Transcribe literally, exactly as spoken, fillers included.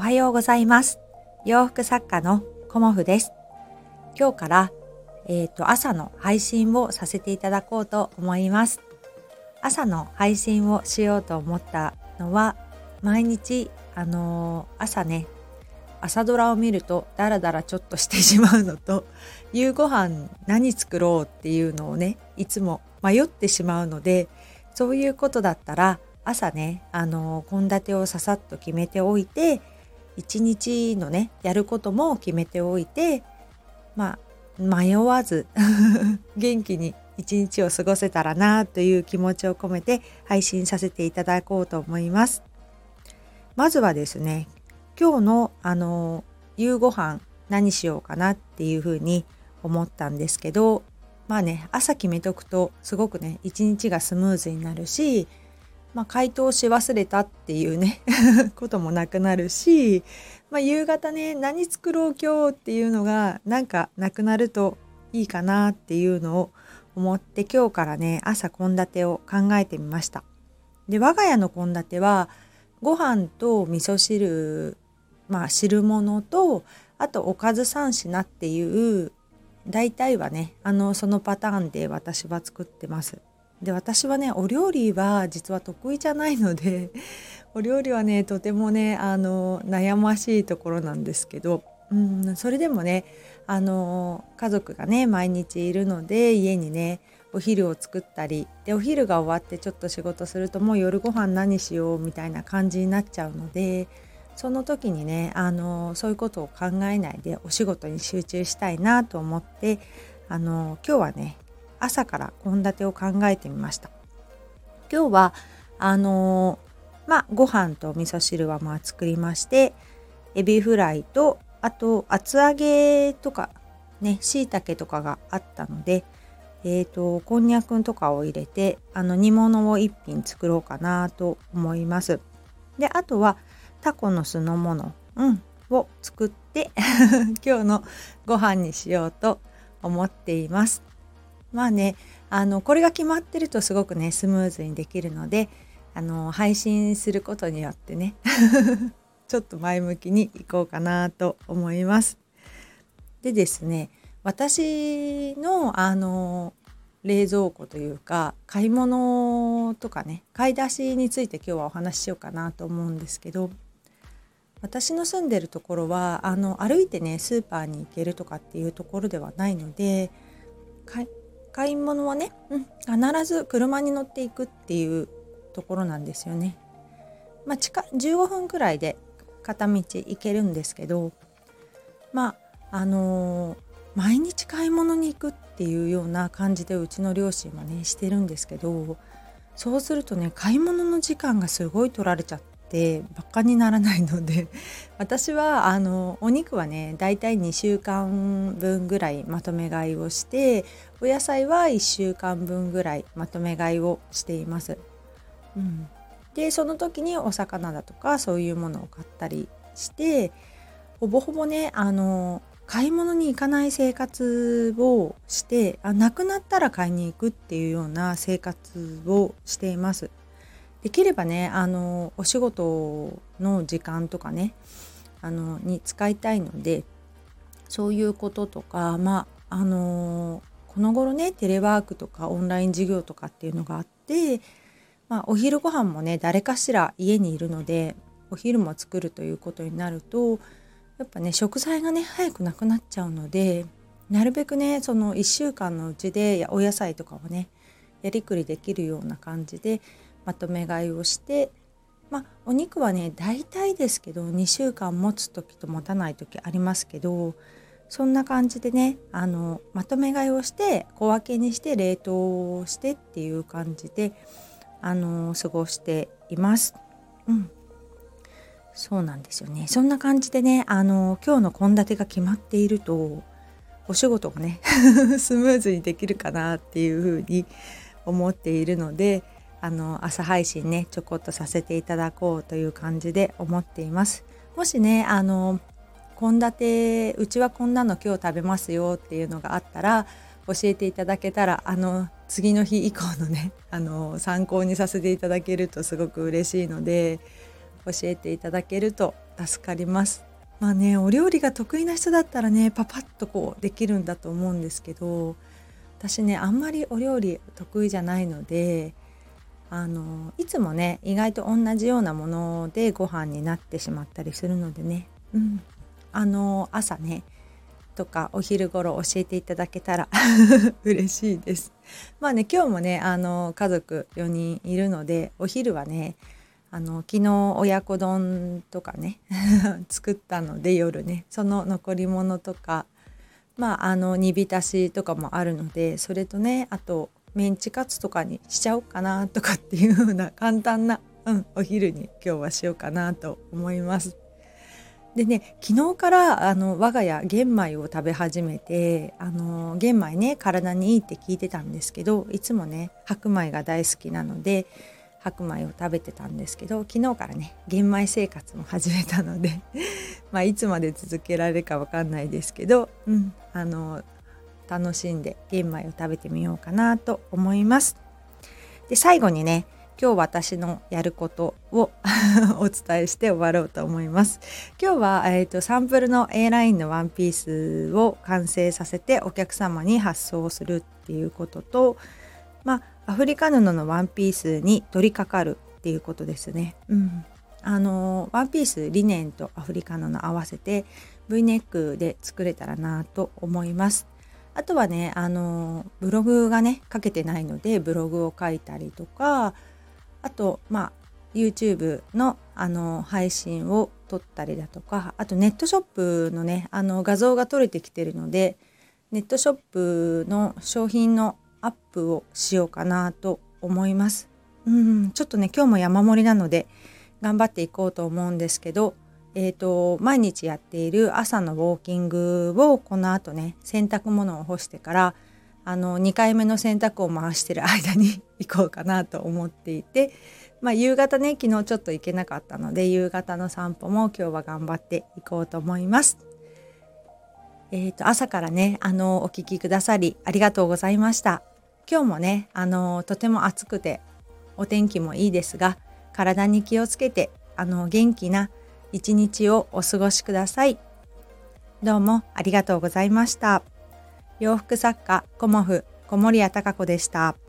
はようございます。洋服作家のコモフです。今日から、えーと、朝の配信をさせていただこうと思います。朝の配信をしようと思ったのは、毎日、あのー、朝ね、朝ドラを見るとダラダラちょっとしてしまうのと、夕ご飯何作ろうっていうのをね、いつも迷ってしまうので、そういうことだったら朝ね、あの献立をささっと決めておいて、一日のねやることも決めておいて、まあ迷わず元気に一日を過ごせたらなという気持ちを込めて配信させていただこうと思います。まずはですね、今日のあの夕ご飯何しようかなっていうふうに思ったんですけど、まあね、朝決めとくとすごくね一日がスムーズになるし、まあ、解凍し忘れたっていうねこともなくなるし、まあ、夕方ね何作ろう今日っていうのがなんかなくなるといいかなっていうのを思って、今日からね朝献立を考えてみました。で、我が家の献立はご飯と味噌汁、まあ汁物と、あとおかずさん品っていう、大体はねあのそのパターンで私は作ってます。で、私はねお料理は実は得意じゃないのでお料理はねとてもねあの悩ましいところなんですけど、うん、それでもねあの家族がね毎日いるので、家にねお昼を作ったりで、お昼が終わってちょっと仕事するともう夜ご飯何しようみたいな感じになっちゃうので、その時にねあのそういうことを考えないでお仕事に集中したいなと思って、あの今日はね朝から献立を考えてみました。今日はあのまあご飯と味噌汁はまあ作りまして、エビフライと、あと厚揚げとかね、椎茸とかがあったので、えーとこんにゃくとかを入れて、あの煮物を一品作ろうかなと思います。で、あとはタコの酢の物、うん、を作って今日のご飯にしようと思っています。まあね、あのこれが決まってるとすごくねスムーズにできるので、あの配信することによってねちょっと前向きにいこうかなと思います。でですね、私のあの冷蔵庫というか買い物とかね、買い出しについて今日はお話ししようかなと思うんですけど、私の住んでるところはあの歩いてねスーパーに行けるとかっていうところではないので、買い物はね、うん、必ず車に乗っていくっていうところなんですよね。まあ近じゅうごふんくらいで片道行けるんですけど、まああのー毎日買い物に行くっていうような感じでうちの両親はねしてるんですけど、そうするとね買い物の時間がすごい取られちゃってバカにならないので私はあのお肉はねだいたいにしゅうかんぶんぐらいまとめ買いをして、お野菜はいっしゅうかんぶんぐらいまとめ買いをしています。うん、でその時にお魚だとかそういうものを買ったりして、ほぼほぼねあの買い物に行かない生活をして、あなくなったら買いに行くっていうような生活をしています。できればねあのお仕事の時間とかねあのに使いたいので、そういうこととか、まああのこの頃ねテレワークとかオンライン授業とかっていうのがあって、まあ、お昼ご飯もね誰かしら家にいるのでお昼も作るということになると、やっぱね食材がね早くなくなっちゃうので、なるべくねそのいっしゅうかんのうちでお野菜とかをねやりくりできるような感じでまとめ買いをして、まあお肉はね大体ですけどにしゅうかん持つ時と持たない時ありますけど、そんな感じでねあのまとめ買いをして小分けにして冷凍してっていう感じであの過ごしています。うん、そうなんですよね。そんな感じでねあの今日の献立が決まっているとお仕事がねスムーズにできるかなっていうふうに思っているので、あの朝配信ねちょこっとさせていただこうという感じで思っています。もしねあの献立うちはこんなの今日食べますよっていうのがあったら教えていただけたら、あの次の日以降のねあの参考にさせていただけるとすごく嬉しいので、教えていただけると助かります。まあね、お料理が得意な人だったらねパパッとこうできるんだと思うんですけど、私ねあんまりお料理得意じゃないので、あのいつもね意外と同じようなものでご飯になってしまったりするのでね、うん、あの朝ねとかお昼頃教えていただけたら嬉しいです。まあね今日もねあの家族よにんいるので、お昼はねあの昨日親子丼とかね作ったので、夜ねその残り物とか、まああの煮浸しとかもあるので、それとねあとメンチカツとかにしちゃおうかなとかっていう風な簡単な、うん、お昼に今日はしようかなと思います。でね、昨日からあの我が家玄米を食べ始めて、あの玄米ね体にいいって聞いてたんですけど、いつもね白米が大好きなので白米を食べてたんですけど、昨日からね玄米生活も始めたのでまあいつまで続けられるかわかんないですけど、うん、あの楽しんで玄米を食べてみようかなと思います。で最後にね今日私のやることをお伝えして終わろうと思います。今日は、えーと、サンプルの A ラインのワンピースを完成させてお客様に発送するっていうことと、まあ、アフリカ布のワンピースに取り掛かるっていうことですね。うん、あのワンピースリネンとアフリカ布合わせて V ネックで作れたらなと思います。あとはねあのブログがね書けてないのでブログを書いたりとか、あとまあ YouTube のあの配信を撮ったりだとか、あとネットショップのねあの画像が撮れてきてるので、ネットショップの商品のアップをしようかなと思います。うん、ちょっとね今日も山盛りなので頑張っていこうと思うんですけど、えーと毎日やっている朝のウォーキングをこの後ね洗濯物を干してからあのにかいめの洗濯を回してる間に行こうかなと思っていて、まあ、夕方ね昨日ちょっと行けなかったので夕方の散歩も今日は頑張っていこうと思います。えーと朝からねあのお聞きくださりありがとうございました。今日もねあのとても暑くてお天気もいいですが、体に気をつけてあの元気な一日をお過ごしください。どうもありがとうございました。洋服作家コモフ小森屋隆子でした。